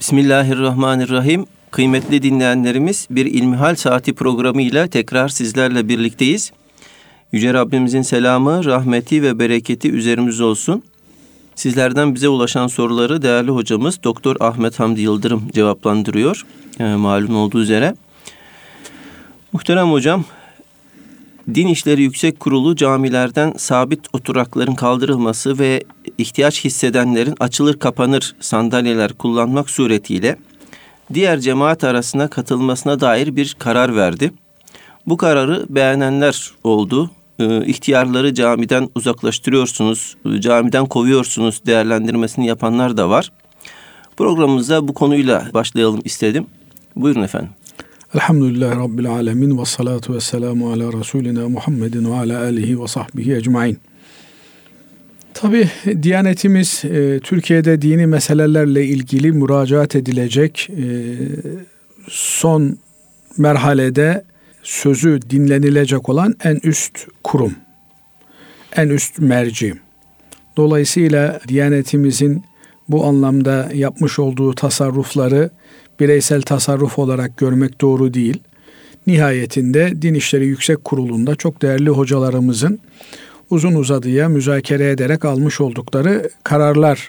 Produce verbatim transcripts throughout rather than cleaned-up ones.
Bismillahirrahmanirrahim. Kıymetli dinleyenlerimiz, bir İlmihal Saati programıyla tekrar sizlerle birlikteyiz. Yüce Rabbimizin selamı, rahmeti ve bereketi üzerimize olsun. Sizlerden bize ulaşan soruları değerli hocamız Doktor Ahmet Hamdi Yıldırım cevaplandırıyor. E, malum olduğu üzere. Muhterem hocam, Din İşleri Yüksek Kurulu camilerden sabit oturakların kaldırılması ve ihtiyaç hissedenlerin açılır kapanır sandalyeler kullanmak suretiyle diğer cemaat arasına katılmasına dair bir karar verdi. Bu kararı beğenenler oldu. Ee, ihtiyarları camiden uzaklaştırıyorsunuz, camiden kovuyorsunuz değerlendirmesini yapanlar da var. Programımıza bu konuyla başlayalım istedim. Buyurun efendim. Elhamdülillahi Rabbil alemin ve salatu ve selamu ala Resulina Muhammedin ve ala alihi ve sahbihi ecmain. Tabi Diyanetimiz e, Türkiye'de dini meselelerle ilgili müracaat edilecek e, son merhalede sözü dinlenilecek olan en üst kurum, en üst merci. Dolayısıyla Diyanetimizin bu anlamda yapmış olduğu tasarrufları bireysel tasarruf olarak görmek doğru değil. Nihayetinde Din İşleri Yüksek Kurulu'nda çok değerli hocalarımızın uzun uzadıya müzakere ederek almış oldukları kararlar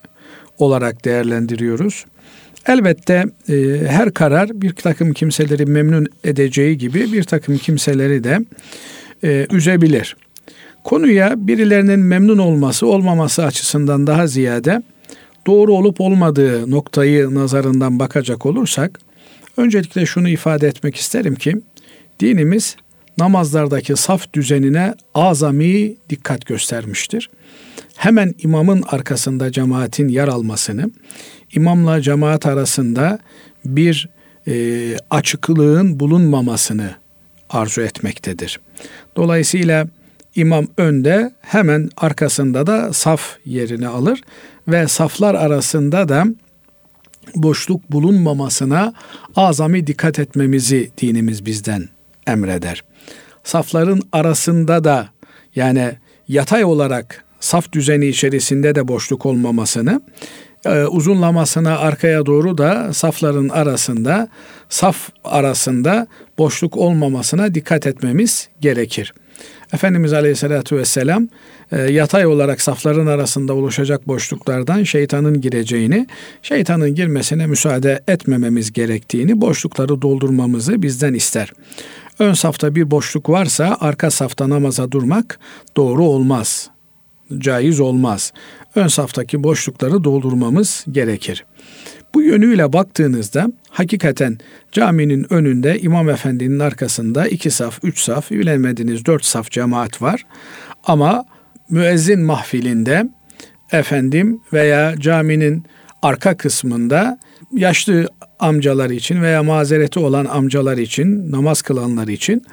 olarak değerlendiriyoruz. Elbette e, her karar bir takım kimseleri memnun edeceği gibi bir takım kimseleri de e, üzebilir. Konuya birilerinin memnun olması olmaması açısından daha ziyade doğru olup olmadığı noktayı nazarından bakacak olursak, öncelikle şunu ifade etmek isterim ki, dinimiz namazlardaki saf düzenine azami dikkat göstermiştir. Hemen imamın arkasında cemaatin yer almasını, imamla cemaat arasında bir e, açıklığın bulunmamasını arzu etmektedir. Dolayısıyla İmam önde, hemen arkasında da saf yerini alır ve saflar arasında da boşluk bulunmamasına azami dikkat etmemizi dinimiz bizden emreder. Safların arasında da, yani yatay olarak saf düzeni içerisinde de boşluk olmamasını, e, uzunlamasına arkaya doğru da safların arasında, saf arasında boşluk olmamasına dikkat etmemiz gerekir. Efendimiz Aleyhisselatü Vesselam e, yatay olarak safların arasında oluşacak boşluklardan şeytanın gireceğini, şeytanın girmesine müsaade etmememiz gerektiğini, boşlukları doldurmamızı bizden ister. Ön safta bir boşluk varsa arka safta namaza durmak doğru olmaz, caiz olmaz. Ön saftaki boşlukları doldurmamız gerekir. Bu yönüyle baktığınızda hakikaten caminin önünde imam efendinin arkasında iki saf, üç saf, bilemediniz dört saf cemaat var. Ama müezzin mahfilinde efendim veya caminin arka kısmında yaşlı amcalar için veya mazereti olan amcalar için, namaz kılanlar için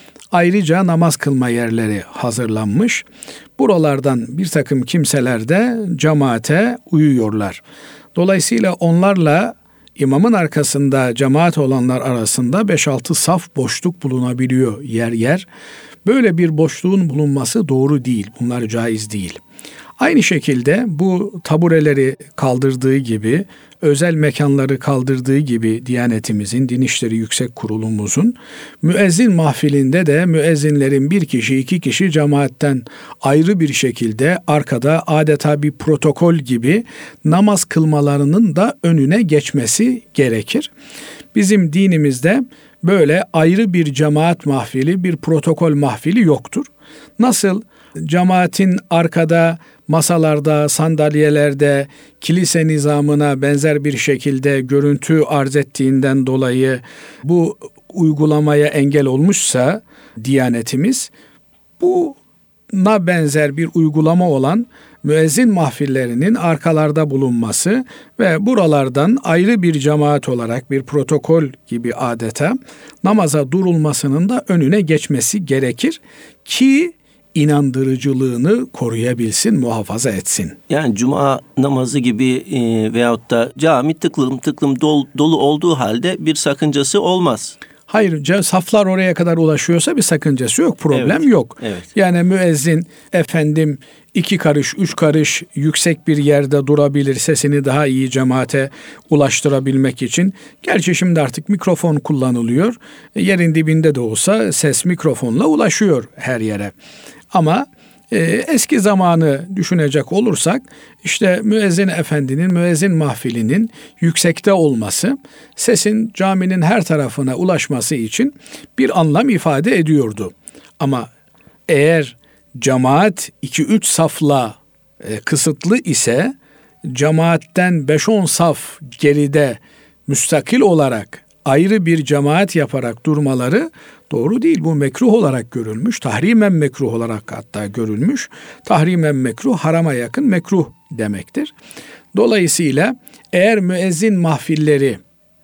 ayrıca namaz kılma yerleri hazırlanmış. Buralardan bir takım kimseler de cemaate uyuyorlar. Dolayısıyla onlarla imamın arkasında cemaat olanlar arasında beş altı saf boşluk bulunabiliyor yer yer. Böyle bir boşluğun bulunması doğru değil. Bunlar caiz değil. Aynı şekilde bu tabureleri kaldırdığı gibi, özel mekanları kaldırdığı gibi Diyanetimizin, Din İşleri Yüksek Kurulumuzun, müezzin mahfilinde de müezzinlerin bir kişi, iki kişi cemaatten ayrı bir şekilde arkada adeta bir protokol gibi namaz kılmalarının da önüne geçmesi gerekir. Bizim dinimizde böyle ayrı bir cemaat mahfili, bir protokol mahfili yoktur. Nasıl cemaatin arkada masalarda, sandalyelerde kilise nizamına benzer bir şekilde görüntü arz ettiğinden dolayı bu uygulamaya engel olmuşsa Diyanetimiz, buna benzer bir uygulama olan müezzin mahfillerinin arkalarda bulunması ve buralardan ayrı bir cemaat olarak bir protokol gibi adeta namaza durulmasının da önüne geçmesi gerekir ki inandırıcılığını koruyabilsin, muhafaza etsin. Yani cuma namazı gibi e, veyahut da cami tıklım tıklım dolu, dolu olduğu halde bir sakıncası olmaz. Hayır, saflar oraya kadar ulaşıyorsa bir sakıncası yok, problem evet, yok. Evet. Yani müezzin efendim iki karış, üç karış yüksek bir yerde durabilir, sesini daha iyi cemaate ulaştırabilmek için. Gerçi şimdi artık mikrofon kullanılıyor. Yerin dibinde de olsa ses mikrofonla ulaşıyor her yere. Ama e, eski zamanı düşünecek olursak işte müezzin efendinin, müezzin mahfilinin yüksekte olması sesin caminin her tarafına ulaşması için bir anlam ifade ediyordu. Ama eğer cemaat iki üç safla e, kısıtlı ise cemaatten beş on saf geride müstakil olarak ayrı bir cemaat yaparak durmaları doğru değil. Bu mekruh olarak görülmüş. Tahrimen mekruh olarak hatta görülmüş. Tahrimen mekruh harama yakın mekruh demektir. Dolayısıyla eğer müezzin mahfilleri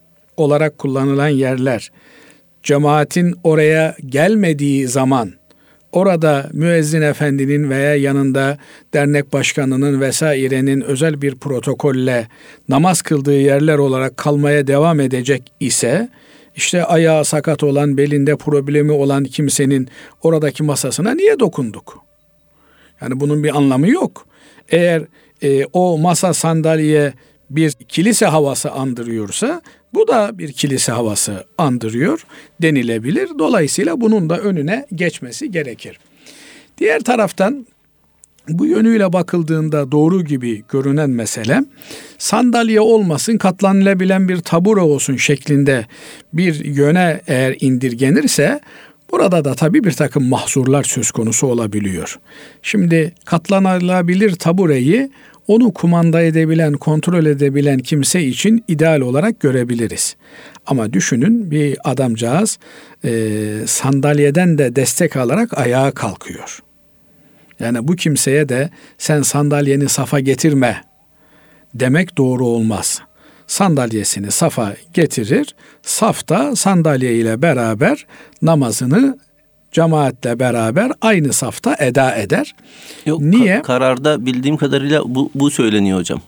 olarak kullanılan yerler cemaatin oraya gelmediği zaman orada müezzin efendinin veya yanında dernek başkanının vesairenin özel bir protokolle namaz kıldığı yerler olarak kalmaya devam edecek ise işte ayağı sakat olan, belinde problemi olan kimsenin oradaki masasına niye dokunduk? Yani bunun bir anlamı yok. Eğer e, o masa sandalye bir kilise havası andırıyorsa bu da bir kilise havası andırıyor denilebilir. Dolayısıyla bunun da önüne geçmesi gerekir. Diğer taraftan bu yönüyle bakıldığında doğru gibi görünen mesele sandalye olmasın, katlanılabilen bir tabure olsun şeklinde bir yöne eğer indirgenirse burada da tabii bir takım mahzurlar söz konusu olabiliyor. Şimdi katlanılabilir tabureyi onu kumanda edebilen, kontrol edebilen kimse için ideal olarak görebiliriz. Ama düşünün bir adamcağız e, sandalyeden de destek alarak ayağa kalkıyor. Yani bu kimseye de sen sandalyeni safa getirme demek doğru olmaz. Sandalyesini safa getirir, safta sandalye ile beraber namazını cemaatle beraber aynı safta eda eder. Yok, Niye? Ka- kararda bildiğim kadarıyla bu, bu söyleniyor hocam.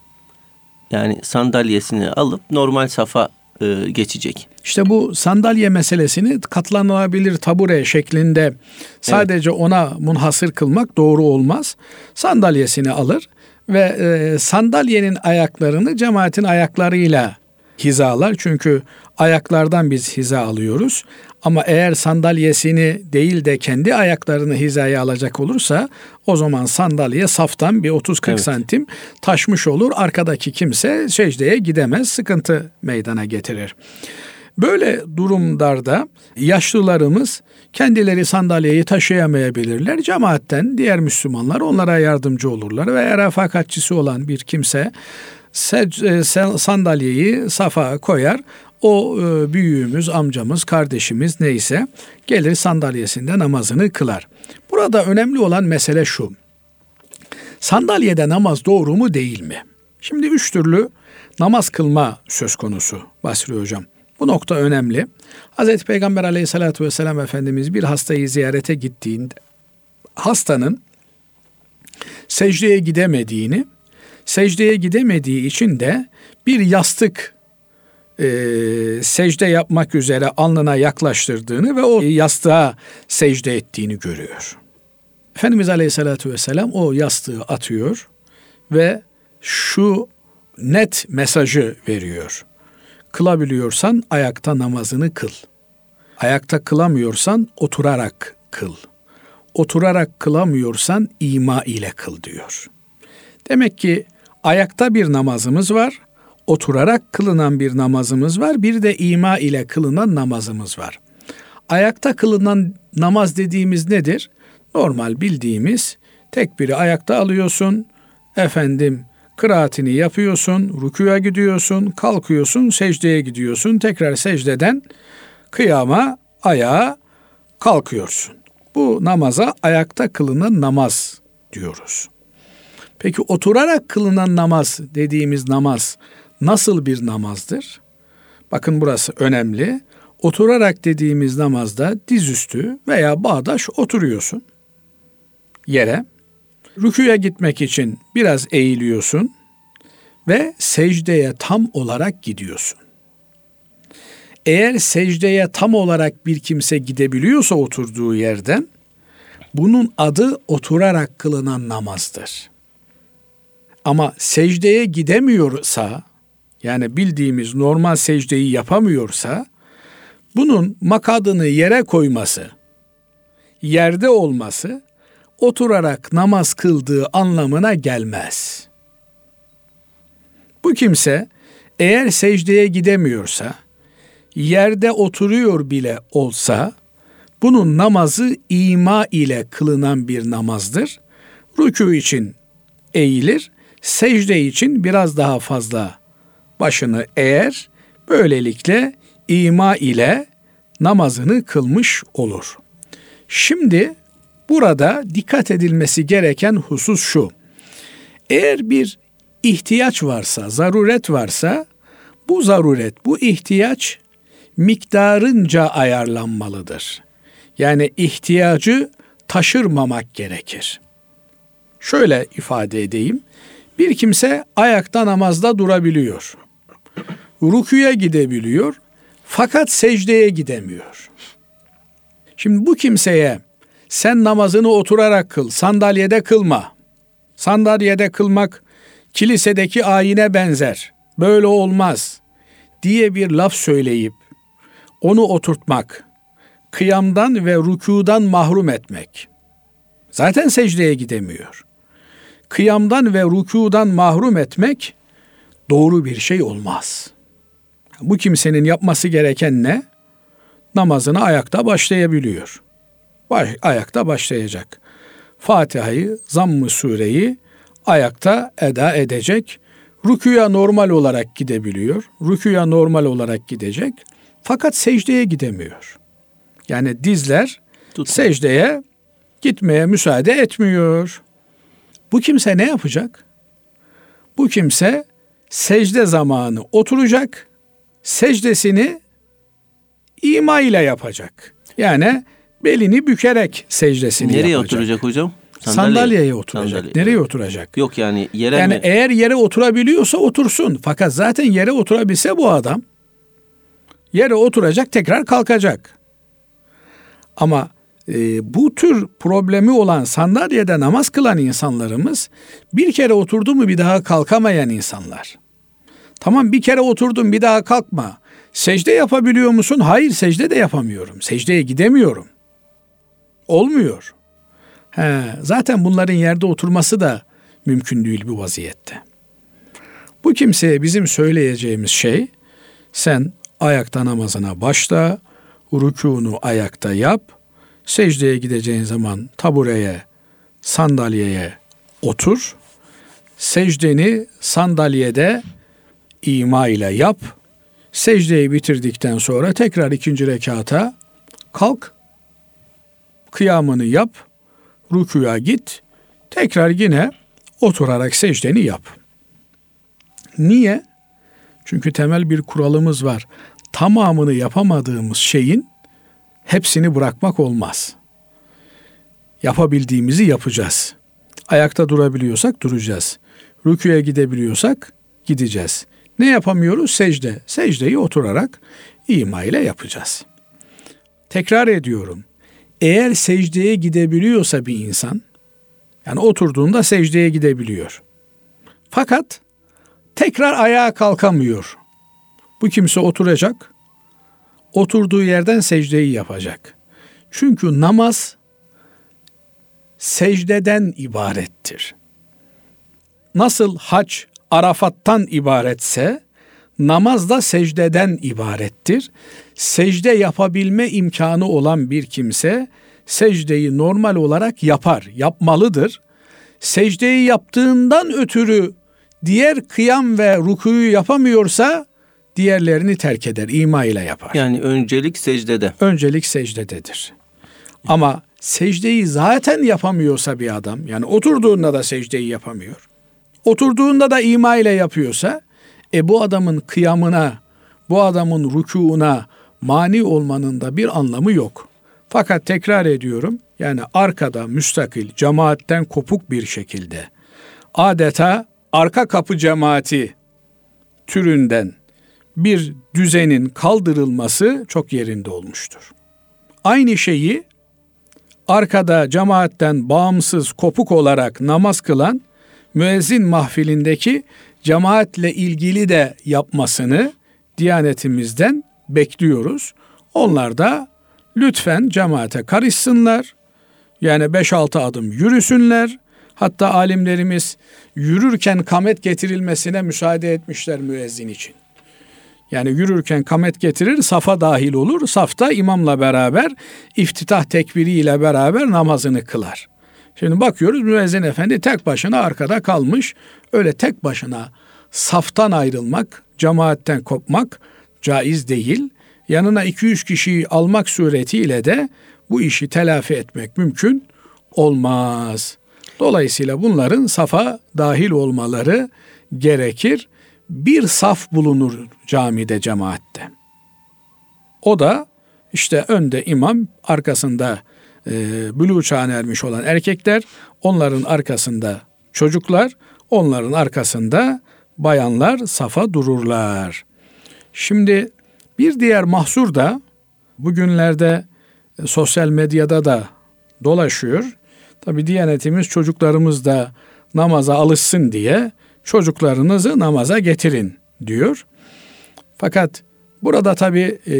Yani sandalyesini alıp normal safa e, geçecek. İşte bu sandalye meselesini katlanabilir tabure şeklinde sadece evet. ona munhasır kılmak doğru olmaz. Sandalyesini alır ve e, sandalyenin ayaklarını cemaatin ayaklarıyla hizalar. Çünkü ayaklardan biz hiza alıyoruz. Ama eğer sandalyesini değil de kendi ayaklarını hizaya alacak olursa o zaman sandalye saftan bir otuz kırk evet. santim taşmış olur. Arkadaki kimse secdeye gidemez, sıkıntı meydana getirir. Böyle durumlarda yaşlılarımız kendileri sandalyeyi taşıyamayabilirler. Cemaatten diğer Müslümanlar onlara yardımcı olurlar veya refakatçisi olan bir kimse sandalyeyi safa koyar. O büyüğümüz, amcamız, kardeşimiz neyse gelir sandalyesinde namazını kılar. Burada önemli olan mesele şu. Sandalyede namaz doğru mu değil mi? Şimdi üç türlü namaz kılma söz konusu Basri Hocam. Bu nokta önemli. Hazreti Peygamber Aleyhisselatü Vesselam Efendimiz bir hastayı ziyarete gittiğinde hastanın secdeye gidemediğini, secdeye gidemediği için de bir yastık e, secde yapmak üzere alnına yaklaştırdığını ve o yastığa secde ettiğini görüyor. Efendimiz Aleyhisselatü Vesselam o yastığı atıyor ve şu net mesajı veriyor. Kılabiliyorsan ayakta namazını kıl. Ayakta kılamıyorsan oturarak kıl. Oturarak kılamıyorsan ima ile kıl diyor. Demek ki ayakta bir namazımız var, oturarak kılınan bir namazımız var, bir de ima ile kılınan namazımız var. Ayakta kılınan namaz dediğimiz nedir? Normal bildiğimiz tekbiri ayakta alıyorsun, efendim kıraatini yapıyorsun, rükûya gidiyorsun, kalkıyorsun, secdeye gidiyorsun, tekrar secdeden kıyama, ayağa kalkıyorsun. Bu namaza ayakta kılınan namaz diyoruz. Peki oturarak kılınan namaz dediğimiz namaz nasıl bir namazdır? Bakın burası önemli. Oturarak dediğimiz namazda dizüstü veya bağdaş oturuyorsun yere. Rükûya gitmek için biraz eğiliyorsun ve secdeye tam olarak gidiyorsun. Eğer secdeye tam olarak bir kimse gidebiliyorsa oturduğu yerden, bunun adı oturarak kılınan namazdır. Ama secdeye gidemiyorsa, yani bildiğimiz normal secdeyi yapamıyorsa, bunun makadını yere koyması, yerde olması, oturarak namaz kıldığı anlamına gelmez. Bu kimse eğer secdeye gidemiyorsa, yerde oturuyor bile olsa, bunun namazı ima ile kılınan bir namazdır. Rükû için eğilir, secde için biraz daha fazla başını eğer, böylelikle ima ile namazını kılmış olur. Şimdi burada dikkat edilmesi gereken husus şu: eğer bir ihtiyaç varsa, zaruret varsa, bu zaruret, bu ihtiyaç miktarınca ayarlanmalıdır. Yani ihtiyacı taşırmamak gerekir. Şöyle ifade edeyim. Bir kimse ayakta namazda durabiliyor. Rükûya gidebiliyor. Fakat secdeye gidemiyor. Şimdi bu kimseye sen namazını oturarak kıl, sandalyede kılma. Sandalyede kılmak kilisedeki ayine benzer. Böyle olmaz diye bir laf söyleyip onu oturtmak, kıyamdan ve rükûdan mahrum etmek. Zaten secdeye gidemiyor. Kıyamdan ve rükûdan mahrum etmek doğru bir şey olmaz. Bu kimsenin yapması gereken ne? Namazına ayakta başlayabiliyor. Baş, ayakta başlayacak. Fatiha'yı, Zamm-ı Sure'yi ayakta eda edecek. Rükûya normal olarak gidebiliyor. Rükûya normal olarak gidecek. Fakat secdeye gidemiyor. Yani dizler Tutma. secdeye gitmeye müsaade etmiyor. Bu kimse ne yapacak? Bu kimse secde zamanı oturacak, secdesini ima ile yapacak. Yani belini bükerek secdesini Nereye yapacak. Nereye oturacak hocam? Sandalyeye, Sandalyeye oturacak. Sandalye. Nereye oturacak? Yok yani yere Yani mi? eğer yere oturabiliyorsa otursun. Fakat zaten yere oturabilse bu adam yere oturacak, tekrar kalkacak. Ama e, bu tür problemi olan sandalyede namaz kılan insanlarımız bir kere oturdu mu bir daha kalkamayan insanlar. Tamam, bir kere oturdun bir daha kalkma. Secde yapabiliyor musun? Hayır, secde de yapamıyorum. Secdeye gidemiyorum. Olmuyor. He, zaten bunların yerde oturması da mümkün değil bu vaziyette. Bu kimseye bizim söyleyeceğimiz şey, sen ayakta namazına başla, rükûnu ayakta yap, secdeye gideceğin zaman tabureye, sandalyeye otur, secdeni sandalyede ima ile yap, secdeyi bitirdikten sonra tekrar ikinci rekata kalk, kıyamını yap, rükûya git, tekrar yine oturarak secdeni yap. Niye? Çünkü temel bir kuralımız var. Tamamını yapamadığımız şeyin hepsini bırakmak olmaz. Yapabildiğimizi yapacağız. Ayakta durabiliyorsak duracağız. Rükûya gidebiliyorsak gideceğiz. Ne yapamıyoruz? Secde. Secdeyi oturarak ima ile yapacağız. Tekrar ediyorum. Eğer secdeye gidebiliyorsa bir insan, yani oturduğunda secdeye gidebiliyor. Fakat tekrar ayağa kalkamıyor. Bu kimse oturacak, oturduğu yerden secdeyi yapacak. Çünkü namaz secdeden ibarettir. Nasıl hac Arafat'tan ibaretse, namaz da secdeden ibarettir. Secde yapabilme imkanı olan bir kimse secdeyi normal olarak yapar, yapmalıdır. Secdeyi yaptığından ötürü diğer kıyam ve rükûyu yapamıyorsa diğerlerini terk eder, ima ile yapar. Yani öncelik secdede. Öncelik secdededir. Ama secdeyi zaten yapamıyorsa bir adam, yani oturduğunda da secdeyi yapamıyor, oturduğunda da ima ile yapıyorsa, e bu adamın kıyamına, bu adamın rükûuna mani olmanın da bir anlamı yok. Fakat tekrar ediyorum, yani arkada müstakil, cemaatten kopuk bir şekilde, adeta arka kapı cemaati türünden bir düzenin kaldırılması çok yerinde olmuştur. Aynı şeyi arkada cemaatten bağımsız, kopuk olarak namaz kılan müezzin mahfilindeki cemaatle ilgili de yapmasını Diyanetimizden bekliyoruz. Onlar da lütfen cemaate karışsınlar. Yani beş altı adım yürüsünler. Hatta alimlerimiz yürürken kamet getirilmesine müsaade etmişler müezzin için. Yani yürürken kamet getirir, safa dahil olur. Safta imamla beraber, iftitah tekbiriyle beraber namazını kılar. Şimdi bakıyoruz müezzin efendi tek başına arkada kalmış. Öyle tek başına saftan ayrılmak, cemaatten kopmak caiz değil. Yanına iki üç kişiyi almak suretiyle de bu işi telafi etmek mümkün olmaz. Dolayısıyla bunların safa dahil olmaları gerekir. Bir saf bulunur camide, cemaatte. O da işte önde imam, arkasında e, buluğ çağına ermiş olan erkekler, onların arkasında çocuklar, onların arkasında bayanlar safa dururlar. Şimdi bir diğer mahsur da bugünlerde e, sosyal medyada da dolaşıyor. Tabi Diyanetimiz çocuklarımız da namaza alışsın diye çocuklarınızı namaza getirin diyor. Fakat burada tabi e,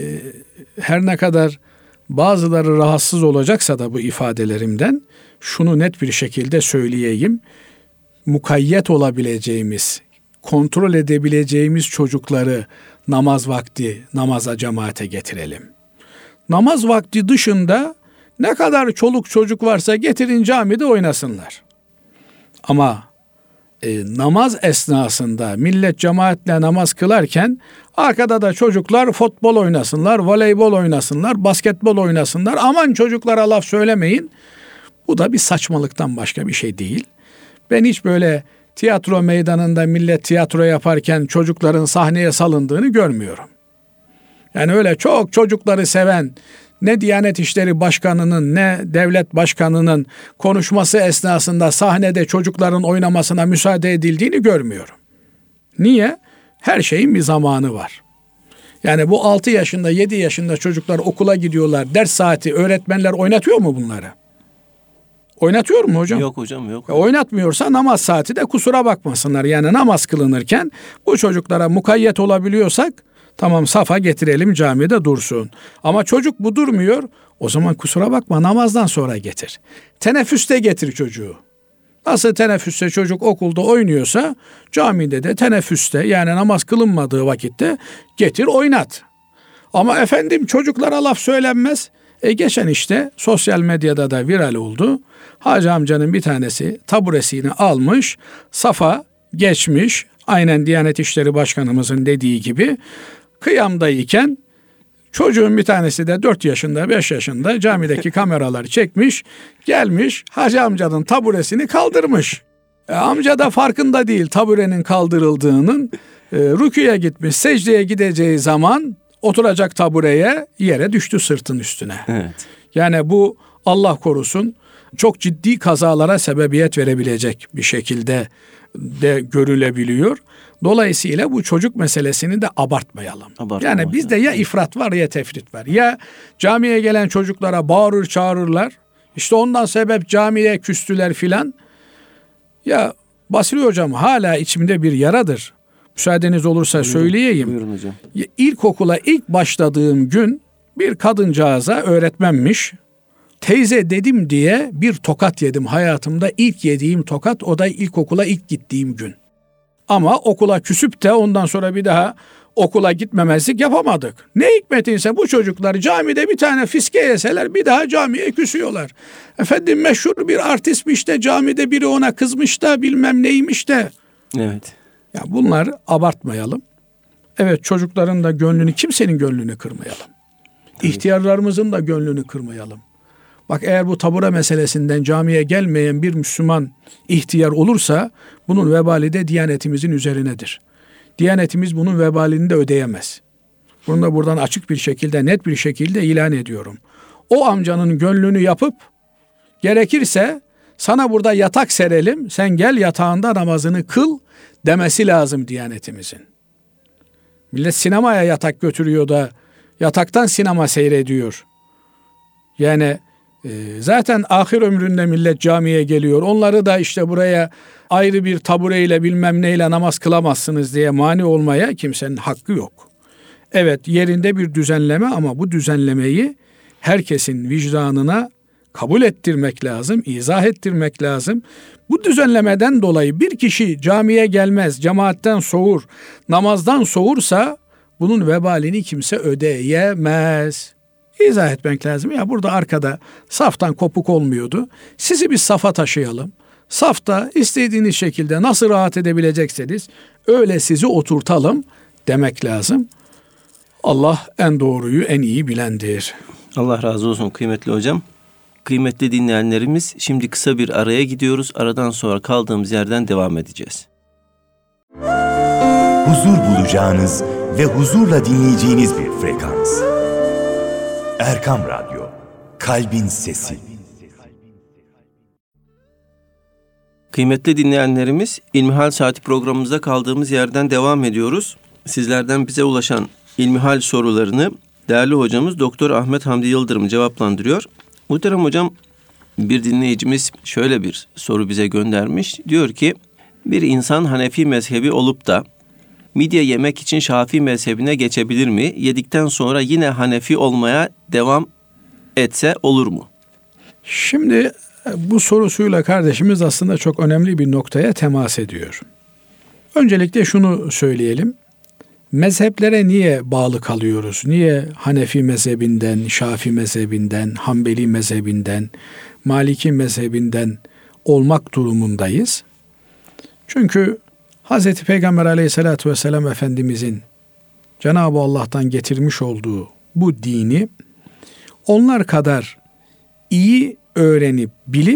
her ne kadar bazıları rahatsız olacaksa da bu ifadelerimden şunu net bir şekilde söyleyeyim. Mukayyet olabileceğimiz, kontrol edebileceğimiz çocukları namaz vakti, namaza, cemaate getirelim. Namaz vakti dışında ne kadar çoluk çocuk varsa getirin camide oynasınlar. Ama e, namaz esnasında millet cemaatle namaz kılarken arkada da çocuklar futbol oynasınlar, voleybol oynasınlar, basketbol oynasınlar. Aman çocuklara laf söylemeyin. Bu da bir saçmalıktan başka bir şey değil. Ben hiç böyle tiyatro meydanında millet tiyatro yaparken çocukların sahneye salındığını görmüyorum. Yani öyle çok çocukları seven ne Diyanet İşleri Başkanı'nın ne devlet başkanının konuşması esnasında sahnede çocukların oynamasına müsaade edildiğini görmüyorum. Niye? Her şeyin bir zamanı var. Yani bu altı yaşında, yedi yaşında çocuklar okula gidiyorlar. Ders saati öğretmenler oynatıyor mu bunları? Oynatıyor mu hocam? Yok hocam, yok. E, oynatmıyorsa namaz saati de kusura bakmasınlar. Yani namaz kılınırken bu çocuklara mukayyet olabiliyorsak tamam, safa getirelim, camide dursun. Ama çocuk bu durmuyor. O zaman kusura bakma, namazdan sonra getir. Teneffüste getir çocuğu. Nasıl teneffüste çocuk okulda oynuyorsa camide de teneffüste, yani namaz kılınmadığı vakitte getir oynat. Ama efendim çocuklara laf söylenmez. E geçen işte sosyal medyada da viral oldu. Hacı amcanın bir tanesi taburesini almış, safa geçmiş. Aynen Diyanet İşleri Başkanımızın dediği gibi kıyamdayken çocuğun bir tanesi de dört yaşında, beş yaşında camideki kameraları çekmiş, gelmiş Hacı amcanın taburesini kaldırmış. E, amca da farkında değil taburenin kaldırıldığının. E, rüküye gitmiş, secdeye gideceği zaman oturacak tabureye, yere düştü sırtın üstüne. Evet. Yani bu Allah korusun çok ciddi kazalara sebebiyet verebilecek bir şekilde de görülebiliyor. Dolayısıyla bu çocuk meselesini de abartmayalım. Abartmamak yani bizde ya ifrat var ya tefrit var. Ya camiye gelen çocuklara bağırır çağırırlar. İşte ondan sebep camiye küstüler filan. Ya Basri hocam, hala içimde bir yaradır. Müsaadeniz olursa buyurun, söyleyeyim. Buyurun hocam. İlkokula ilk başladığım gün bir kadıncağıza öğretmenmiş. Teyze dedim diye bir tokat yedim hayatımda. İlk yediğim tokat, o da ilkokula ilk gittiğim gün. Ama okula küsüp de ondan sonra bir daha okula gitmemezlik yapamadık. Ne hikmetinse bu çocuklar camide bir tane fiske yeseler bir daha camiye küsüyorlar. Efendim meşhur bir artistmiş de camide biri ona kızmış da bilmem neymiş de. Evet. Ya bunlar abartmayalım. Evet, çocukların da gönlünü, kimsenin gönlünü kırmayalım. Tabii. İhtiyarlarımızın da gönlünü kırmayalım. Bak, eğer bu tabure meselesinden camiye gelmeyen bir Müslüman ihtiyar olursa bunun vebali de Diyanetimizin üzerinedir. Diyanetimiz bunun vebalini de ödeyemez. Bunu da buradan açık bir şekilde, net bir şekilde ilan ediyorum. O amcanın gönlünü yapıp gerekirse sana burada yatak serelim, sen gel yatağında namazını kıl demesi lazım Diyanetimizin. Millet sinemaya yatak götürüyor da yataktan sinema seyrediyor. Yani e, zaten ahir ömründe millet camiye geliyor. Onları da işte buraya ayrı bir tabureyle bilmem neyle namaz kılamazsınız diye mani olmaya kimsenin hakkı yok. Evet, yerinde bir düzenleme ama bu düzenlemeyi herkesin vicdanına kabul ettirmek lazım, izah ettirmek lazım. Bu düzenlemeden dolayı bir kişi camiye gelmez, cemaatten soğur, namazdan soğursa bunun vebalini kimse ödeyemez. İzah etmek lazım. Ya burada arkada saftan kopuk olmuyordu. Sizi bir safa taşıyalım. Safta istediğiniz şekilde nasıl rahat edebilecekseniz öyle sizi oturtalım demek lazım. Allah en doğruyu en iyi bilendir. Allah razı olsun kıymetli hocam. Kıymetli dinleyenlerimiz, şimdi kısa bir araya gidiyoruz. Aradan sonra kaldığımız yerden devam edeceğiz. Huzur bulacağınız ve huzurla dinleyeceğiniz bir frekans. Erkam Radyo, Kalbin Sesi. Kıymetli dinleyenlerimiz, İlmihal Saati programımızda kaldığımız yerden devam ediyoruz. Sizlerden bize ulaşan ilmihal sorularını değerli hocamız Doktor Ahmet Hamdi Yıldırım cevaplandırıyor. Muhterem hocam, bir dinleyicimiz şöyle bir soru bize göndermiş. Diyor ki, bir insan Hanefi mezhebi olup da midye yemek için Şafii mezhebine geçebilir mi? Yedikten sonra yine Hanefi olmaya devam etse olur mu? Şimdi bu sorusuyla kardeşimiz aslında çok önemli bir noktaya temas ediyor. Öncelikle şunu söyleyelim. Mezheplere niye bağlı kalıyoruz? Niye Hanefi mezhebinden, Şafii mezhebinden, Hanbeli mezhebinden, Maliki mezhebinden olmak durumundayız? Çünkü Hazreti Peygamber Aleyhisselatü Vesselam Efendimizin Cenab-ı Allah'tan getirmiş olduğu bu dini onlar kadar iyi öğrenip, bilip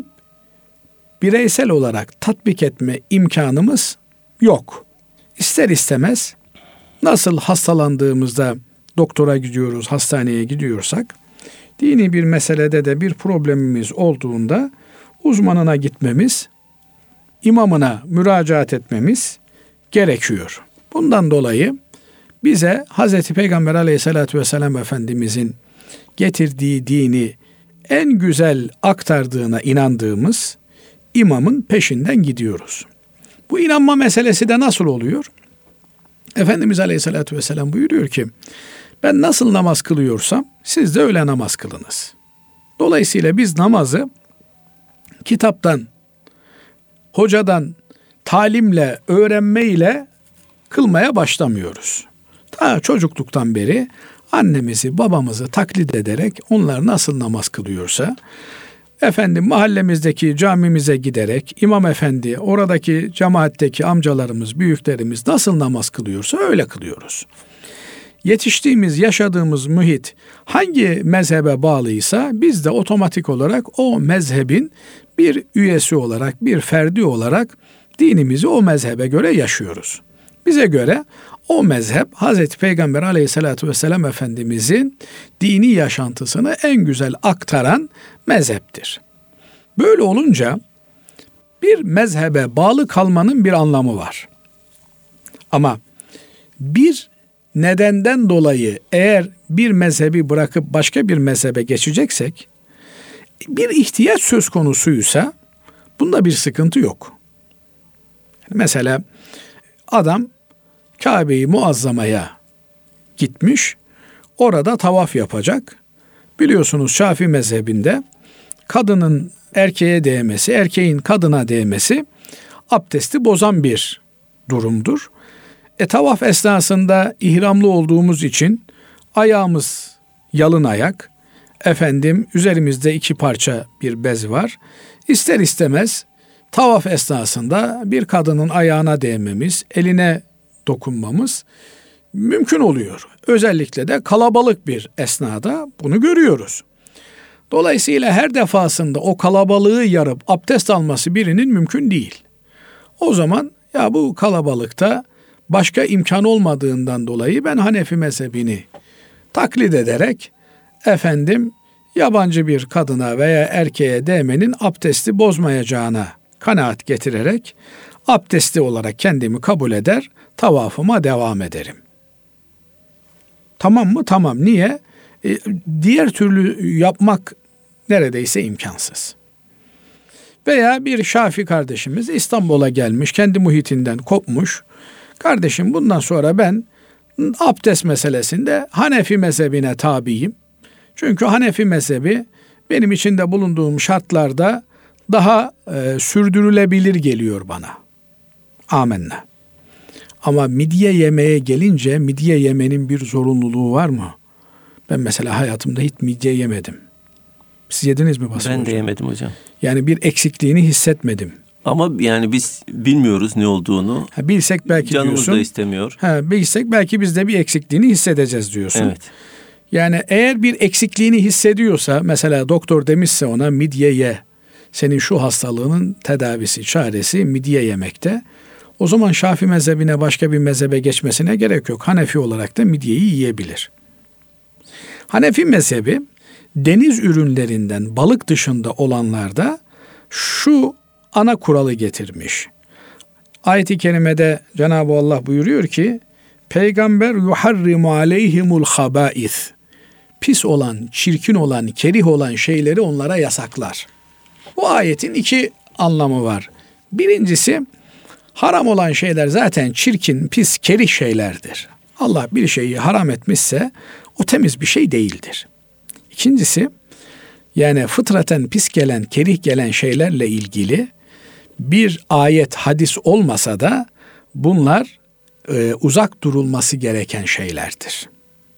bireysel olarak tatbik etme imkanımız yok. İster istemez nasıl hastalandığımızda doktora gidiyoruz, hastaneye gidiyorsak, dini bir meselede de bir problemimiz olduğunda uzmanına gitmemiz, imamına müracaat etmemiz gerekiyor. Bundan dolayı bize Hazreti Peygamber Aleyhisselatü Vesselam Efendimizin getirdiği dini en güzel aktardığına inandığımız imamın peşinden gidiyoruz. Bu inanma meselesi de nasıl oluyor? Efendimiz Aleyhisselatü Vesselam buyuruyor ki, ben nasıl namaz kılıyorsam siz de öyle namaz kılınız. Dolayısıyla biz namazı kitaptan, hocadan, talimle, öğrenmeyle kılmaya başlamıyoruz. Ta çocukluktan beri annemizi, babamızı taklit ederek onlar nasıl namaz kılıyorsa, efendim mahallemizdeki camimize giderek imam efendi, oradaki cemaatteki amcalarımız, büyüklerimiz nasıl namaz kılıyorsa öyle kılıyoruz. Yetiştiğimiz, yaşadığımız muhit hangi mezhebe bağlıysa biz de otomatik olarak o mezhebin bir üyesi olarak, bir ferdi olarak dinimizi o mezhebe göre yaşıyoruz. Bize göre o mezhep Hazreti Peygamber Aleyhisselatü Vesselam Efendimizin dini yaşantısını en güzel aktaran mezheptir. Böyle olunca bir mezhebe bağlı kalmanın bir anlamı var. Ama bir nedenden dolayı eğer bir mezhebi bırakıp başka bir mezhebe geçeceksek, bir ihtiyaç söz konusuysa bunda bir sıkıntı yok. Mesela adam Kabe-i Muazzama'ya gitmiş, orada tavaf yapacak. Biliyorsunuz Şafii mezhebinde kadının erkeğe değmesi, erkeğin kadına değmesi abdesti bozan bir durumdur. E tavaf esnasında ihramlı olduğumuz için ayağımız yalın ayak, efendim üzerimizde iki parça bir bez var. İster istemez tavaf esnasında bir kadının ayağına değmemiz, eline dokunmamız mümkün oluyor. Özellikle de kalabalık bir esnada bunu görüyoruz. Dolayısıyla her defasında o kalabalığı yarıp abdest alması birinin mümkün değil. O zaman ya bu kalabalıkta başka imkan olmadığından dolayı ben Hanefi mezhebini taklit ederek efendim yabancı bir kadına veya erkeğe değmenin abdesti bozmayacağına kanaat getirerek abdesti olarak kendimi kabul eder, tavafıma devam ederim. Tamam mı? Tamam. Niye? E, diğer türlü yapmak neredeyse imkansız. Veya bir Şafii kardeşimiz İstanbul'a gelmiş, kendi muhitinden kopmuş. Kardeşim, bundan sonra ben abdest meselesinde Hanefi mezhebine tabiyim. Çünkü Hanefi mezhebi benim içinde bulunduğum şartlarda daha e, sürdürülebilir geliyor bana. Amenna. Ama midye yemeye gelince midye yemenin bir zorunluluğu var mı? Ben mesela hayatımda hiç midye yemedim. Siz yediniz mi Basri Ben hocam? de yemedim hocam. Yani bir eksikliğini hissetmedim. Ama yani biz bilmiyoruz ne olduğunu. Ha, bilsek belki Canımız diyorsun. da istemiyor. Ha, bilsek belki biz de bir eksikliğini hissedeceğiz diyorsun. Evet. Yani eğer bir eksikliğini hissediyorsa, mesela doktor demişse ona midye ye, senin şu hastalığının tedavisi, çaresi midye yemekte, o zaman Şafii mezhebine, başka bir mezhebe geçmesine gerek yok. Hanefi olarak da midyeyi yiyebilir. Hanefi mezhebi deniz ürünlerinden balık dışında olanlarda şu ana kuralı getirmiş. Ayet-i kerimede Cenab-ı Allah buyuruyor ki, Peygamber yuharrimu aleyhimul habais. Pis olan, çirkin olan, kerih olan şeyleri onlara yasaklar. Bu ayetin iki anlamı var. Birincisi, haram olan şeyler zaten çirkin, pis, kerih şeylerdir. Allah bir şeyi haram etmişse o temiz bir şey değildir. İkincisi, yani fıtraten pis gelen, kerih gelen şeylerle ilgili bir ayet, hadis olmasa da bunlar e, uzak durulması gereken şeylerdir.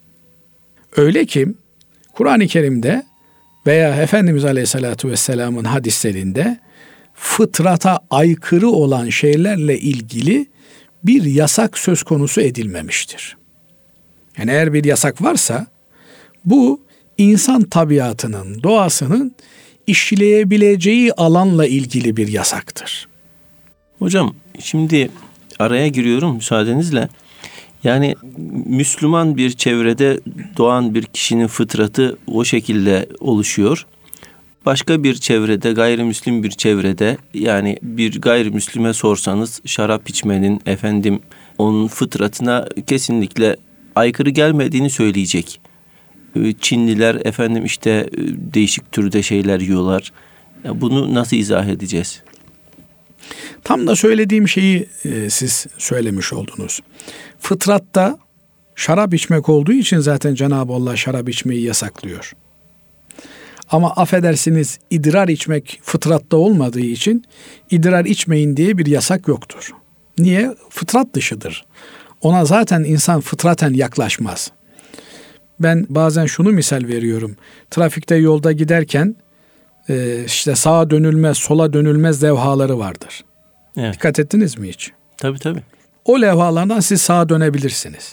Öyle ki Kur'an-ı Kerim'de veya Efendimiz Aleyhisselatü Vesselam'ın hadislerinde fıtrata aykırı olan şeylerle ilgili bir yasak söz konusu edilmemiştir. Yani eğer bir yasak varsa bu insan tabiatının, doğasının işleyebileceği alanla ilgili bir yasaktır. Hocam şimdi araya giriyorum müsaadenizle. Yani Müslüman bir çevrede doğan bir kişinin fıtratı o şekilde oluşuyor. Başka bir çevrede, gayrimüslim bir çevrede, yani bir gayrimüslime sorsanız şarap içmenin efendim onun fıtratına kesinlikle aykırı gelmediğini söyleyecek. Çinliler efendim işte değişik türde şeyler yiyorlar. Bunu nasıl izah edeceğiz? Tam da söylediğim şeyi e, siz söylemiş oldunuz. Fıtratta şarap içmek olduğu için zaten Cenab-ı Allah şarap içmeyi yasaklıyor. Ama affedersiniz, idrar içmek fıtratta olmadığı için idrar içmeyin diye bir yasak yoktur. Niye? Fıtrat dışıdır. Ona zaten insan fıtraten yaklaşmaz. Ben bazen şunu misal veriyorum. Trafikte yolda giderken e, işte sağa dönülmez, sola dönülmez levhaları vardır. Evet. Dikkat ettiniz mi hiç? Tabii tabii. O levhalardan siz sağa dönebilirsiniz.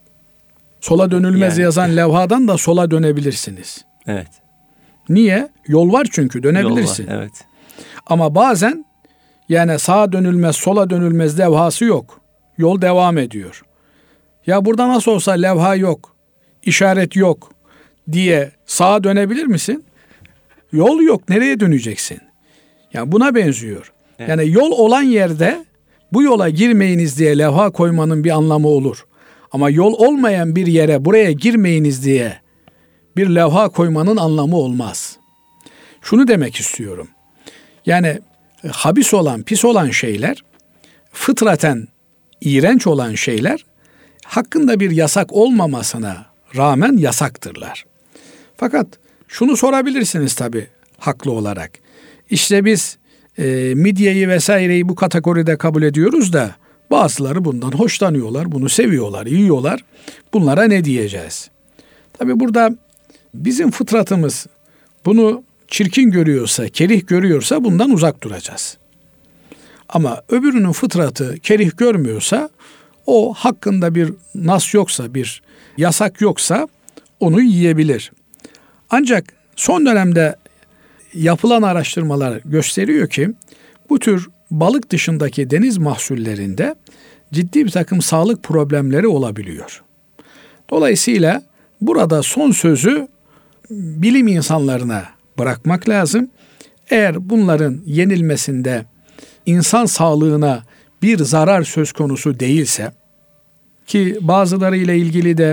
Sola dönülmez Yani. yazan levhadan da sola dönebilirsiniz. Evet. Niye? Yol var çünkü, dönebilirsin. Yol var, evet. Ama bazen yani sağa dönülmez, sola dönülmez levhası yok. Yol devam ediyor. Ya burada nasıl olsa levha yok, işaret yok diye sağa dönebilir misin? Yol yok, nereye döneceksin? Yani buna benziyor. Evet. Yani yol olan yerde bu yola girmeyiniz diye levha koymanın bir anlamı olur. Ama yol olmayan bir yere buraya girmeyiniz diye bir levha koymanın anlamı olmaz. Şunu demek istiyorum. Yani habis olan, pis olan şeyler, fıtraten iğrenç olan şeyler hakkında bir yasak olmamasına rağmen yasaktırlar. Fakat şunu sorabilirsiniz tabii haklı olarak. İşte biz e, midyeyi vesaireyi bu kategoride kabul ediyoruz da bazıları bundan hoşlanıyorlar, bunu seviyorlar, yiyorlar. Bunlara ne diyeceğiz? Tabii burada bizim fıtratımız bunu çirkin görüyorsa, kerih görüyorsa bundan uzak duracağız. Ama öbürünün fıtratı kerih görmüyorsa, o hakkında bir nas yoksa, bir yasak yoksa onu yiyebilir. Ancak son dönemde yapılan araştırmalar gösteriyor ki bu tür balık dışındaki deniz mahsullerinde ciddi bir takım sağlık problemleri olabiliyor. Dolayısıyla burada son sözü bilim insanlarına bırakmak lazım. Eğer bunların yenilmesinde insan sağlığına bir zarar söz konusu değilse, ki bazıları ile ilgili de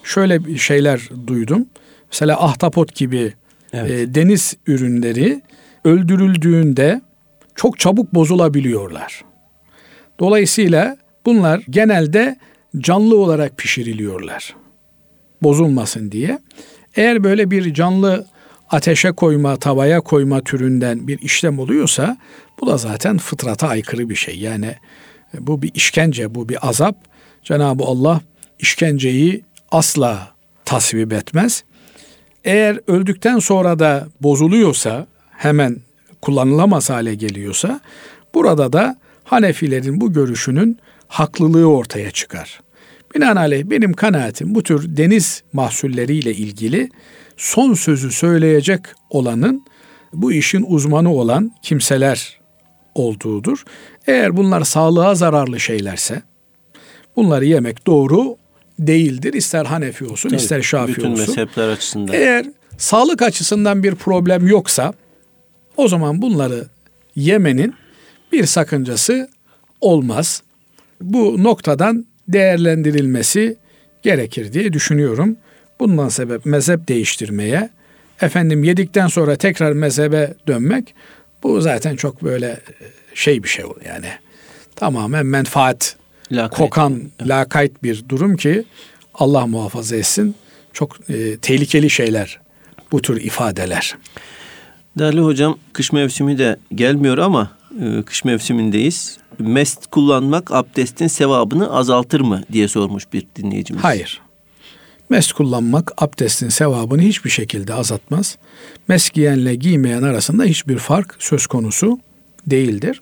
şöyle bir şeyler duydum. Mesela ahtapot gibi evet. e, deniz ürünleri öldürüldüğünde çok çabuk bozulabiliyorlar. Dolayısıyla bunlar genelde canlı olarak pişiriliyorlar. Bozulmasın diye. Eğer böyle bir canlı ateşe koyma, tavaya koyma türünden bir işlem oluyorsa bu da zaten fıtrata aykırı bir şey. Yani bu bir işkence, bu bir azap. Cenab-ı Allah işkenceyi asla tasvip etmez. Eğer öldükten sonra da bozuluyorsa, hemen kullanılamaz hale geliyorsa, burada da Hanefilerin bu görüşünün haklılığı ortaya çıkar. Binaenaleyh benim kanaatim bu tür deniz mahsulleriyle ilgili son sözü söyleyecek olanın bu işin uzmanı olan kimseler olduğudur. Eğer bunlar sağlığa zararlı şeylerse bunları yemek doğru değildir. İster Hanefi olsun, tabii, ister Şafii bütün olsun. Bütün mezhepler açısından. Eğer sağlık açısından bir problem yoksa o zaman bunları yemenin bir sakıncası olmaz. Bu noktadan değerlendirilmesi gerekir diye düşünüyorum. Bundan sebep mezhep değiştirmeye, efendim yedikten sonra tekrar mezhebe dönmek, bu zaten çok böyle şey bir şey oluyor yani. Tamamen menfaat lakayt. kokan, evet. lakayt bir durum ki Allah muhafaza etsin. Çok e, tehlikeli şeyler bu tür ifadeler. Değerli hocam, kış mevsimi de gelmiyor ama e, kış mevsimindeyiz. Mest kullanmak abdestin sevabını azaltır mı diye sormuş bir dinleyicimiz. Hayır. Mest kullanmak abdestin sevabını hiçbir şekilde azaltmaz. Mest giyenle giymeyen arasında hiçbir fark söz konusu değildir.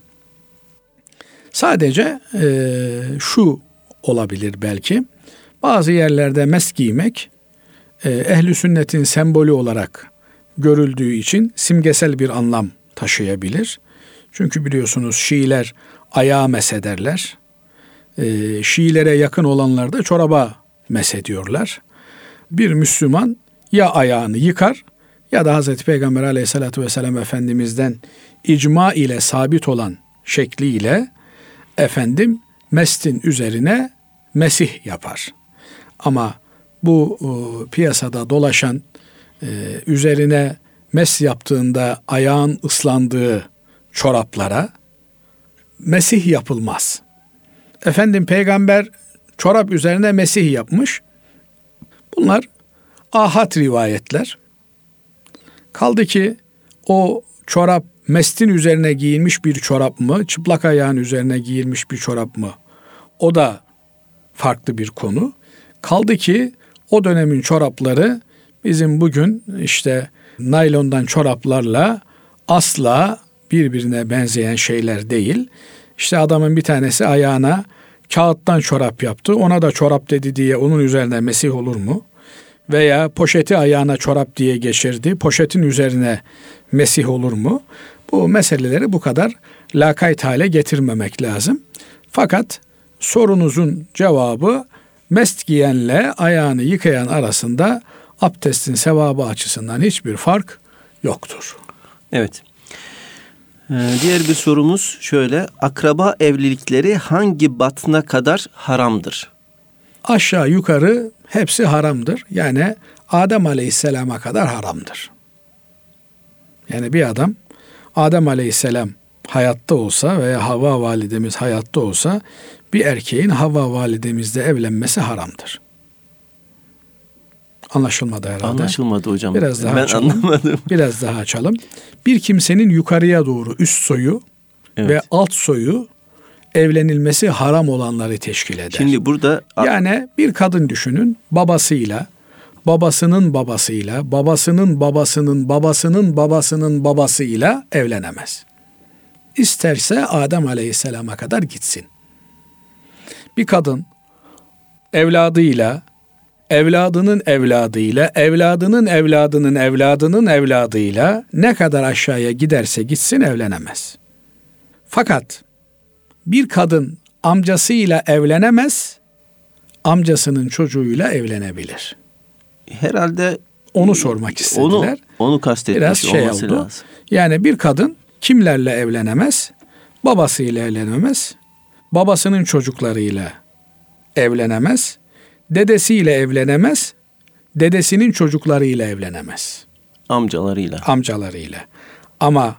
Sadece e, şu olabilir belki. Bazı yerlerde mest giymek e, ehl-i sünnetin sembolü olarak görüldüğü için simgesel bir anlam taşıyabilir. Çünkü biliyorsunuz Şiiler ayağa mesederler. E, Şiilere yakın olanlar da çoraba mesediyorlar. Bir Müslüman ya ayağını yıkar ya da Hazreti Peygamber Aleyhisselatü Vesselam Efendimiz'den icma ile sabit olan şekliyle efendim mestin üzerine mesih yapar. Ama bu e, piyasada dolaşan e, üzerine mes yaptığında ayağın ıslandığı çoraplara mesih yapılmaz. Efendim Peygamber çorap üzerine mesih yapmış. Bunlar ahad rivayetler. Kaldı ki o çorap mestin üzerine giyilmiş bir çorap mı, çıplak ayağın üzerine giyilmiş bir çorap mı? O da farklı bir konu. Kaldı ki o dönemin çorapları bizim bugün işte naylondan çoraplarla asla birbirine benzeyen şeyler değil. İşte adamın bir tanesi ayağına kağıttan çorap yaptı. Ona da çorap dedi diye onun üzerine mesih olur mu? Veya poşeti ayağına çorap diye geçirdi. Poşetin üzerine mesih olur mu? Bu meseleleri bu kadar lakayt hale getirmemek lazım. Fakat sorunuzun cevabı mest giyenle ayağını yıkayan arasında abdestin sevabı açısından hiçbir fark yoktur. Evet. Ee, diğer bir sorumuz şöyle. Akraba evlilikleri hangi batına kadar haramdır? Aşağı yukarı hepsi haramdır. Yani Adem Aleyhisselam'a kadar haramdır. Yani bir adam Adem Aleyhisselam hayatta olsa veya Havva validemiz hayatta olsa bir erkeğin Havva validemizle evlenmesi haramdır. Anlaşılmadı herhalde. Anlaşılmadı hocam. Biraz daha ben açalım. anlamadım. Biraz daha açalım. Bir kimsenin yukarıya doğru üst soyu evet. ve alt soyu evlenilmesi haram olanları teşkil eder. Şimdi burada yani bir kadın düşünün, babasıyla, babasının babasıyla, babasının babasının babasının babasının babasıyla evlenemez. İsterse Adem Aleyhisselam'a kadar gitsin. Bir kadın evladıyla, evladının evladıyla, evladının evladının evladının evladıyla ne kadar aşağıya giderse gitsin evlenemez. Fakat bir kadın amcasıyla evlenemez, amcasının çocuğuyla evlenebilir. Herhalde onu sormak istediler. Onu, onu kastetmiş Biraz şey olması oldu. lazım. Yani bir kadın kimlerle evlenemez? Babasıyla evlenemez, babasının çocuklarıyla evlenemez, dedesiyle evlenemez, dedesinin çocuklarıyla evlenemez. Amcalarıyla. Amcalarıyla. Ama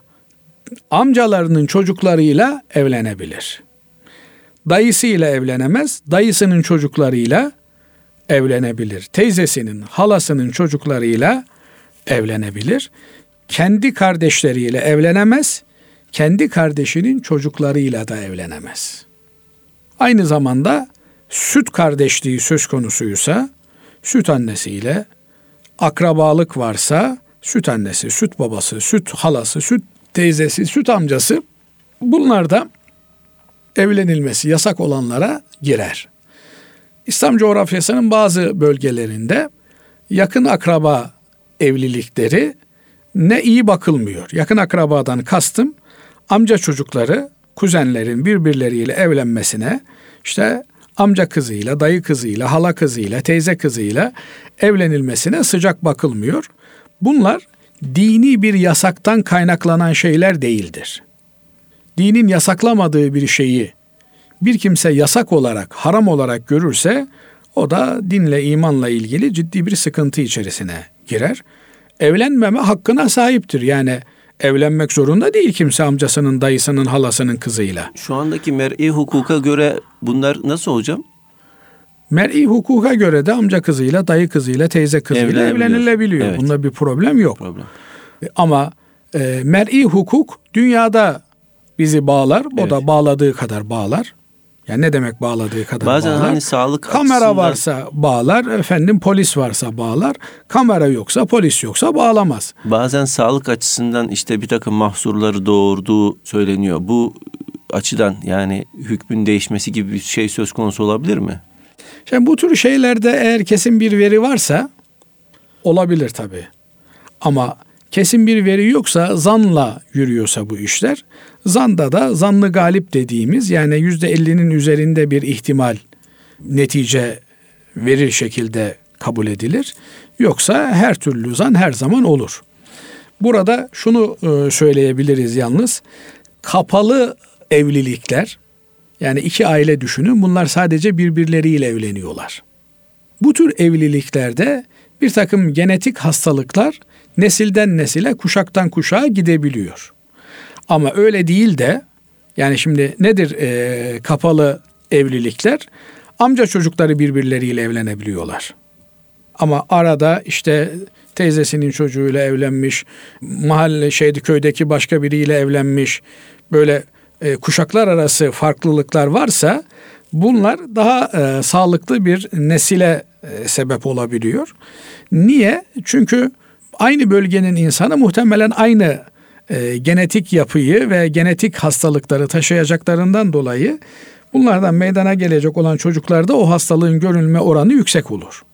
amcalarının çocuklarıyla evlenebilir. Dayısıyla evlenemez, dayısının çocuklarıyla evlenebilir. Teyzesinin, halasının çocuklarıyla evlenebilir. Kendi kardeşleriyle evlenemez, kendi kardeşinin çocuklarıyla da evlenemez. Aynı zamanda süt kardeşliği söz konusuysa, süt annesiyle akrabalık varsa, süt annesi, süt babası, süt halası, süt teyzesi, süt amcası, bunlar da evlenilmesi yasak olanlara girer. İslam coğrafyasının bazı bölgelerinde yakın akraba evlilikleri ne iyi bakılmıyor. Yakın akrabadan kastım amca çocukları, kuzenlerin birbirleriyle evlenmesine, işte amca kızıyla, dayı kızıyla, hala kızıyla, teyze kızıyla evlenilmesine sıcak bakılmıyor. Bunlar dini bir yasaktan kaynaklanan şeyler değildir. Dinin yasaklamadığı bir şeyi bir kimse yasak olarak, haram olarak görürse o da dinle, imanla ilgili ciddi bir sıkıntı içerisine girer. Evlenmeme hakkına sahiptir. Yani evlenmek zorunda değil kimse amcasının, dayısının, halasının kızıyla. Şu andaki mer'i hukuka göre bunlar nasıl hocam? Mer'i hukuka göre de amca kızıyla, dayı kızıyla, teyze kızıyla evlenilebiliyor. Evet. Bunda bir problem yok. Problem. Ama e, mer'i hukuk dünyada bizi bağlar. O evet. da bağladığı kadar bağlar. Yani ne demek bağladığı kadar Bazen bağlar? Bazen hani sağlık Kamera açısından... varsa bağlar, efendim polis varsa bağlar. Kamera yoksa, polis yoksa bağlamaz. Bazen sağlık açısından işte bir takım mahsurları doğurduğu söyleniyor. Bu açıdan yani hükmün değişmesi gibi bir şey söz konusu olabilir mi? Şimdi bu tür şeylerde eğer kesin bir veri varsa olabilir tabii. Ama kesin bir veri yoksa, zanla yürüyorsa bu işler, zanda da zanlı galip dediğimiz, yani yüzde ellinin üzerinde bir ihtimal netice verir şekilde kabul edilir. Yoksa her türlü zan her zaman olur. Burada şunu söyleyebiliriz yalnız, kapalı evlilikler, yani iki aile düşünün, bunlar sadece birbirleriyle evleniyorlar. Bu tür evliliklerde bir takım genetik hastalıklar nesilden nesile, kuşaktan kuşağa gidebiliyor. Ama öyle değil de, yani şimdi nedir e, kapalı evlilikler? Amca çocukları birbirleriyle evlenebiliyorlar. Ama arada işte teyzesinin çocuğuyla evlenmiş, mahalle şeydi köydeki başka biriyle evlenmiş, böyle e, kuşaklar arası farklılıklar varsa bunlar daha e, sağlıklı bir nesile e, sebep olabiliyor. Niye? Çünkü aynı bölgenin insanı muhtemelen aynı e, genetik yapıyı ve genetik hastalıkları taşıyacaklarından dolayı bunlardan meydana gelecek olan çocuklarda o hastalığın görülme oranı yüksek olur.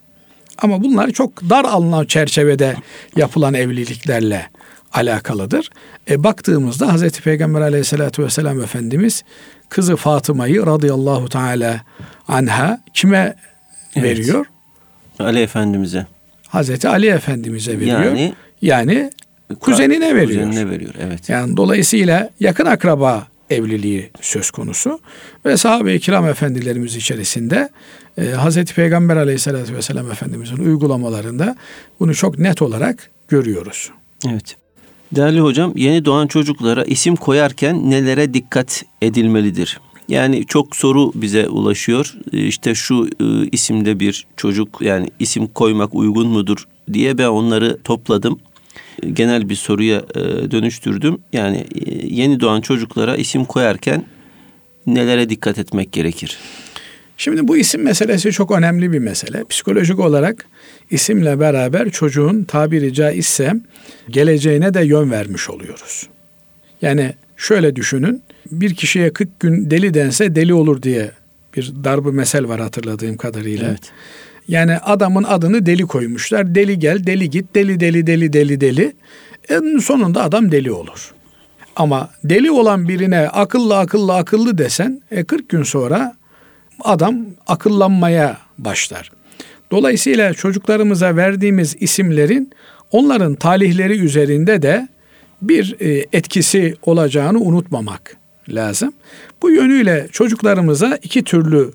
Ama bunlar çok dar alınan çerçevede yapılan evliliklerle alakalıdır. E, baktığımızda Hazreti Peygamber Aleyhisselatü Vesselam Efendimiz kızı Fatıma'yı radıyallahu teala anha kime evet. veriyor? Ali Efendimiz'e. Hazreti Ali Efendimiz'e veriyor. Yani, yani kuzenine veriyor. Kuzenine veriyor, evet. Yani dolayısıyla yakın akraba evliliği söz konusu. Ve sahabe-i kiram efendilerimiz içerisinde e, Hazreti Peygamber Aleyhisselatü Vesselam Efendimiz'in uygulamalarında bunu çok net olarak görüyoruz. Evet. Değerli hocam, yeni doğan çocuklara isim koyarken nelere dikkat edilmelidir? Yani çok soru bize ulaşıyor. İşte şu e, isimde bir çocuk, yani isim koymak uygun mudur diye ben onları topladım. Genel bir soruya e, dönüştürdüm. Yani e, yeni doğan çocuklara isim koyarken nelere dikkat etmek gerekir? Şimdi bu isim meselesi çok önemli bir mesele. Psikolojik olarak isimle beraber çocuğun tabiri caizse geleceğine de yön vermiş oluyoruz. Yani şöyle düşünün, bir kişiye kırk gün deli dense deli olur diye bir darbe mesel var hatırladığım kadarıyla. Evet. Yani adamın adını deli koymuşlar. Deli gel, deli git, deli deli deli deli deli. En sonunda adam deli olur. Ama deli olan birine akıllı akıllı akıllı desen e kırk gün sonra adam akıllanmaya başlar. Dolayısıyla çocuklarımıza verdiğimiz isimlerin onların talihleri üzerinde de bir etkisi olacağını unutmamak lazım. Bu yönüyle çocuklarımıza iki türlü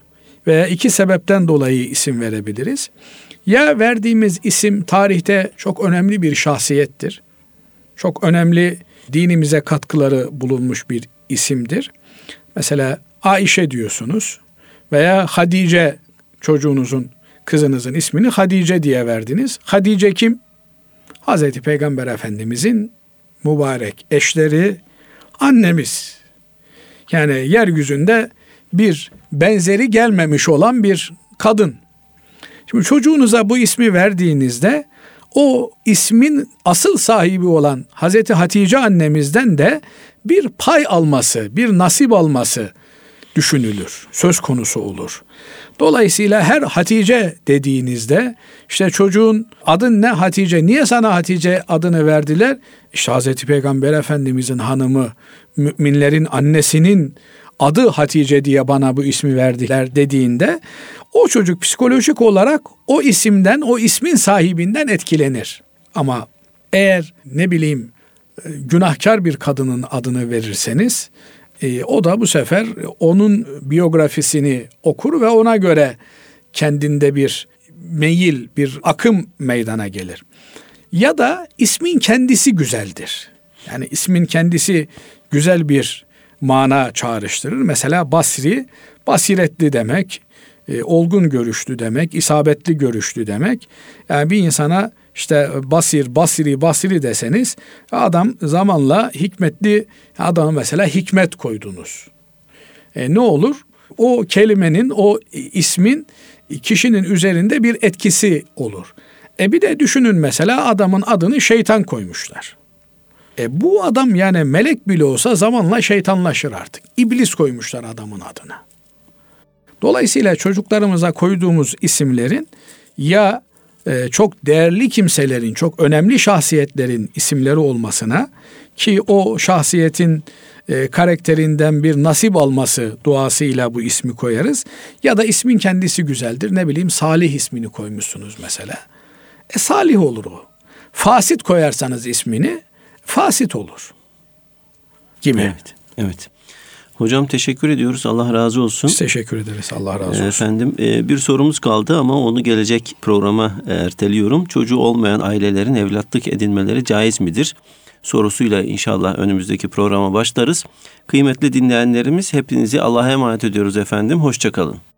Veya iki sebepten dolayı isim verebiliriz. Ya verdiğimiz isim tarihte çok önemli bir şahsiyettir. Çok önemli dinimize katkıları bulunmuş bir isimdir. Mesela Ayşe diyorsunuz veya Hadice, çocuğunuzun, kızınızın ismini Hadice diye verdiniz. Hadice kim? Hazreti Peygamber Efendimizin mübarek eşleri, annemiz. Yani yeryüzünde bir benzeri gelmemiş olan bir kadın. Şimdi çocuğunuza bu ismi verdiğinizde o ismin asıl sahibi olan Hazreti Hatice annemizden de bir pay alması, bir nasip alması düşünülür, söz konusu olur. Dolayısıyla her Hatice dediğinizde işte çocuğun adın ne Hatice, niye sana Hatice adını verdiler? İşte Hazreti Peygamber Efendimizin hanımı, müminlerin annesinin adı Hatice diye bana bu ismi verdiler dediğinde o çocuk psikolojik olarak o isimden, o ismin sahibinden etkilenir. Ama eğer ne bileyim günahkar bir kadının adını verirseniz e, o da bu sefer onun biyografisini okur ve ona göre kendinde bir meyil, bir akım meydana gelir. Ya da ismin kendisi güzeldir. Yani ismin kendisi güzel bir mana çağrıştırır. Mesela Basri, basiretli demek, e, olgun görüşlü demek, isabetli görüşlü demek. Yani bir insana işte basir, basiri, basiri deseniz adam zamanla hikmetli, adamı mesela hikmet koydunuz. E, ne olur? O kelimenin, o ismin kişinin üzerinde bir etkisi olur. E bir de düşünün mesela adamın adını şeytan koymuşlar. E bu adam yani melek bile olsa zamanla şeytanlaşır artık. İblis koymuşlar adamın adına. Dolayısıyla çocuklarımıza koyduğumuz isimlerin ya e, çok değerli kimselerin, çok önemli şahsiyetlerin isimleri olmasına, ki o şahsiyetin e, karakterinden bir nasip alması duasıyla bu ismi koyarız. Ya da ismin kendisi güzeldir. Ne bileyim Salih ismini koymuşsunuz mesela. E Salih olur o. Fasit koyarsanız ismini fasit olur gibi. Evet, evet. Hocam teşekkür ediyoruz. Allah razı olsun. Biz teşekkür ederiz. Allah razı olsun. Efendim bir sorumuz kaldı ama onu gelecek programa erteliyorum. Çocuğu olmayan ailelerin evlatlık edinmeleri caiz midir? Sorusuyla inşallah önümüzdeki programa başlarız. Kıymetli dinleyenlerimiz, hepinizi Allah'a emanet ediyoruz efendim. Hoşça kalın.